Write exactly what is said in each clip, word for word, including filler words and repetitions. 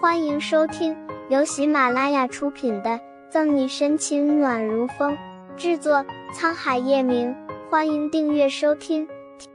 欢迎收听由喜马拉雅出品的《赠你深情暖如风》，制作沧海夜明。欢迎订阅收听。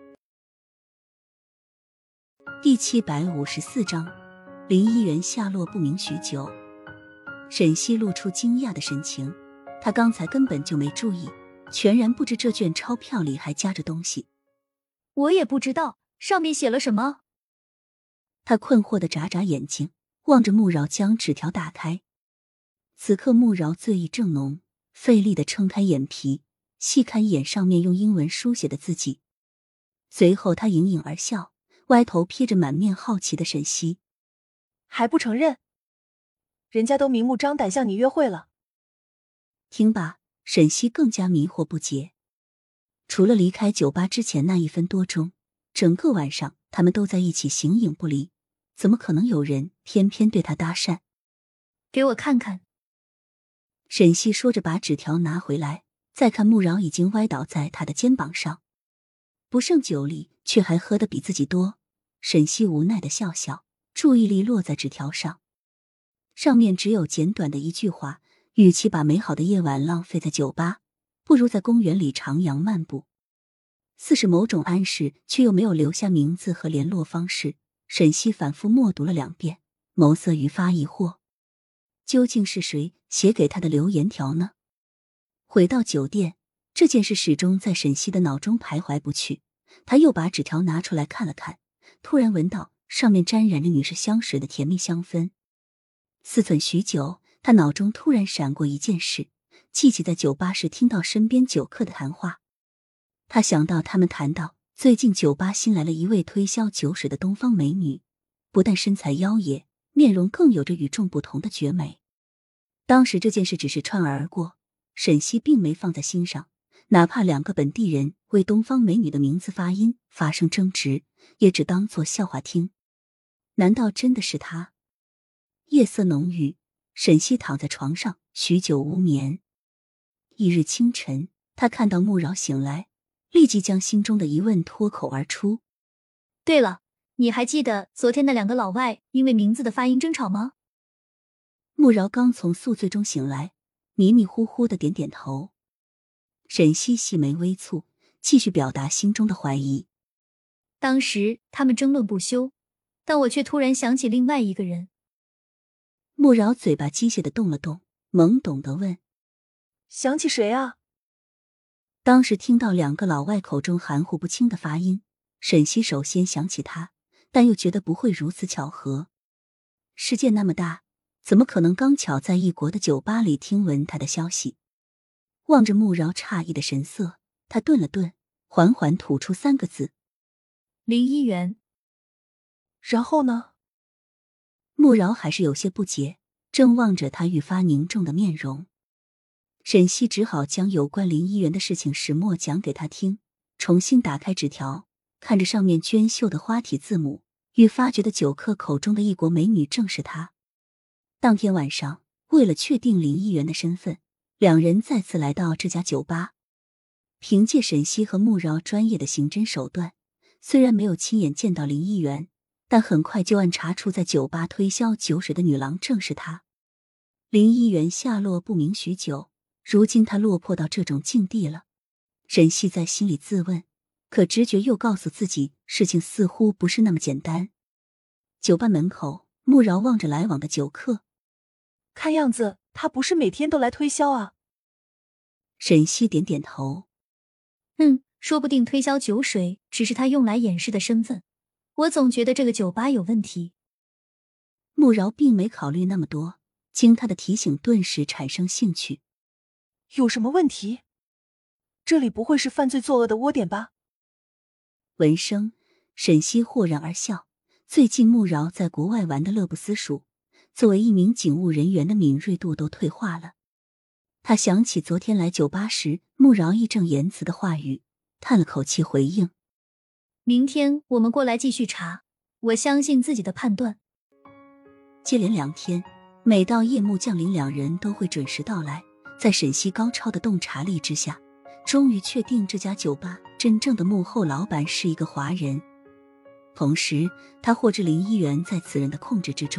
第七百五十四章，林一元下落不明许久。沈西露出惊讶的神情，他刚才根本就没注意，全然不知这卷钞票里还夹着东西。 我也不知道上面写了什么。 他困惑地眨眨眼睛，望着穆饶将纸条打开。此刻穆饶醉意正浓，费力地撑开眼皮，细看一眼上面用英文书写的字迹。随后他隐隐而笑，歪头瞥着满面好奇的沈西。 还不承认？人家都明目张胆向你约会了。 听罢，沈西更加迷惑不解。除了离开酒吧之前那一分多钟，整个晚上他们都在一起形影不离，怎么可能有人偏偏对他搭讪？ 给我看看。 沈西说着把纸条拿回来，再看穆饶已经歪倒在他的肩膀上，不胜酒力却还喝得比自己多。沈西无奈地笑笑，注意力落在纸条上，上面只有简短的一句话：与其把美好的夜晚浪费在酒吧，不如在公园里徜徉漫步。似是某种暗示，却又没有留下名字和联络方式。沈西反复默读了两遍，眸色愈发疑惑，究竟是谁写给他的留言条呢？回到酒店，这件事始终在沈西的脑中徘徊不去。他又把纸条拿出来看了看，突然闻到上面沾染着女士香水的甜蜜香氛。思忖许久，他脑中突然闪过一件事，记起在酒吧时听到身边酒客的谈话。他想到他们谈到最近酒吧新来了一位推销酒水的东方美女，不但身材妖冶，面容更有着与众不同的绝美。当时这件事只是串而过，沈西并没放在心上，哪怕两个本地人为东方美女的名字发音发生争执，也只当作笑话听。难道真的是他？夜色浓郁，沈西躺在床上许久无眠。一日清晨，他看到穆饶醒来，立即将心中的疑问脱口而出。 对了，你还记得昨天那两个老外因为名字的发音争吵吗？ 穆饶刚从宿醉中醒来，迷迷糊糊的点点头。沈西细眉微蹙，继续表达心中的怀疑。 当时他们争论不休，但我却突然想起另外一个人。 穆饶嘴巴机械地动了动，懵懂地问： 想起谁啊？ 当时听到两个老外口中含糊不清的发音，沈西首先想起他，但又觉得不会如此巧合。世界那么大，怎么可能刚巧在异国的酒吧里听闻他的消息？望着穆饶诧异的神色，他顿了顿，缓缓吐出三个字： 林一元。 然后呢？ 穆饶还是有些不解，正望着他愈发凝重的面容。沈西只好将有关林一元的事情始末讲给他听，重新打开纸条，看着上面娟秀的花体字母，愈发觉得酒客口中的异国美女正是他。当天晚上，为了确定林一元的身份，两人再次来到这家酒吧。凭借沈西和穆饶专业的刑侦手段，虽然没有亲眼见到林一元，但很快就暗查出在酒吧推销酒水的女郎正是他。林一元下落不明许久，如今他落魄到这种境地了。沈西在心里自问，可直觉又告诉自己，事情似乎不是那么简单。酒吧门口，穆饶望着来往的酒客， 看样子他不是每天都来推销啊。 沈西点点头， 嗯，说不定推销酒水只是他用来掩饰的身份。我总觉得这个酒吧有问题。 穆饶并没考虑那么多，经他的提醒顿时产生兴趣。 有什么问题？这里不会是犯罪作恶的窝点吧？ 闻声，沈西豁然而笑。最近穆饶在国外玩的乐不思蜀，作为一名警务人员的敏锐度都退化了。他想起昨天来酒吧时穆饶义正言辞的话语，叹了口气回应： 明天我们过来继续查，我相信自己的判断。 接连两天，每到夜幕降临，两人都会准时到来。在沈西高超的洞察力之下，终于确定这家酒吧真正的幕后老板是一个华人。同时，他获知林一元在此人的控制之中，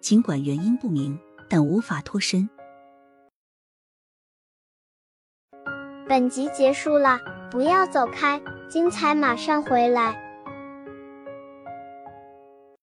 尽管原因不明，但无法脱身。 本集结束了，不要走开，精彩马上回来。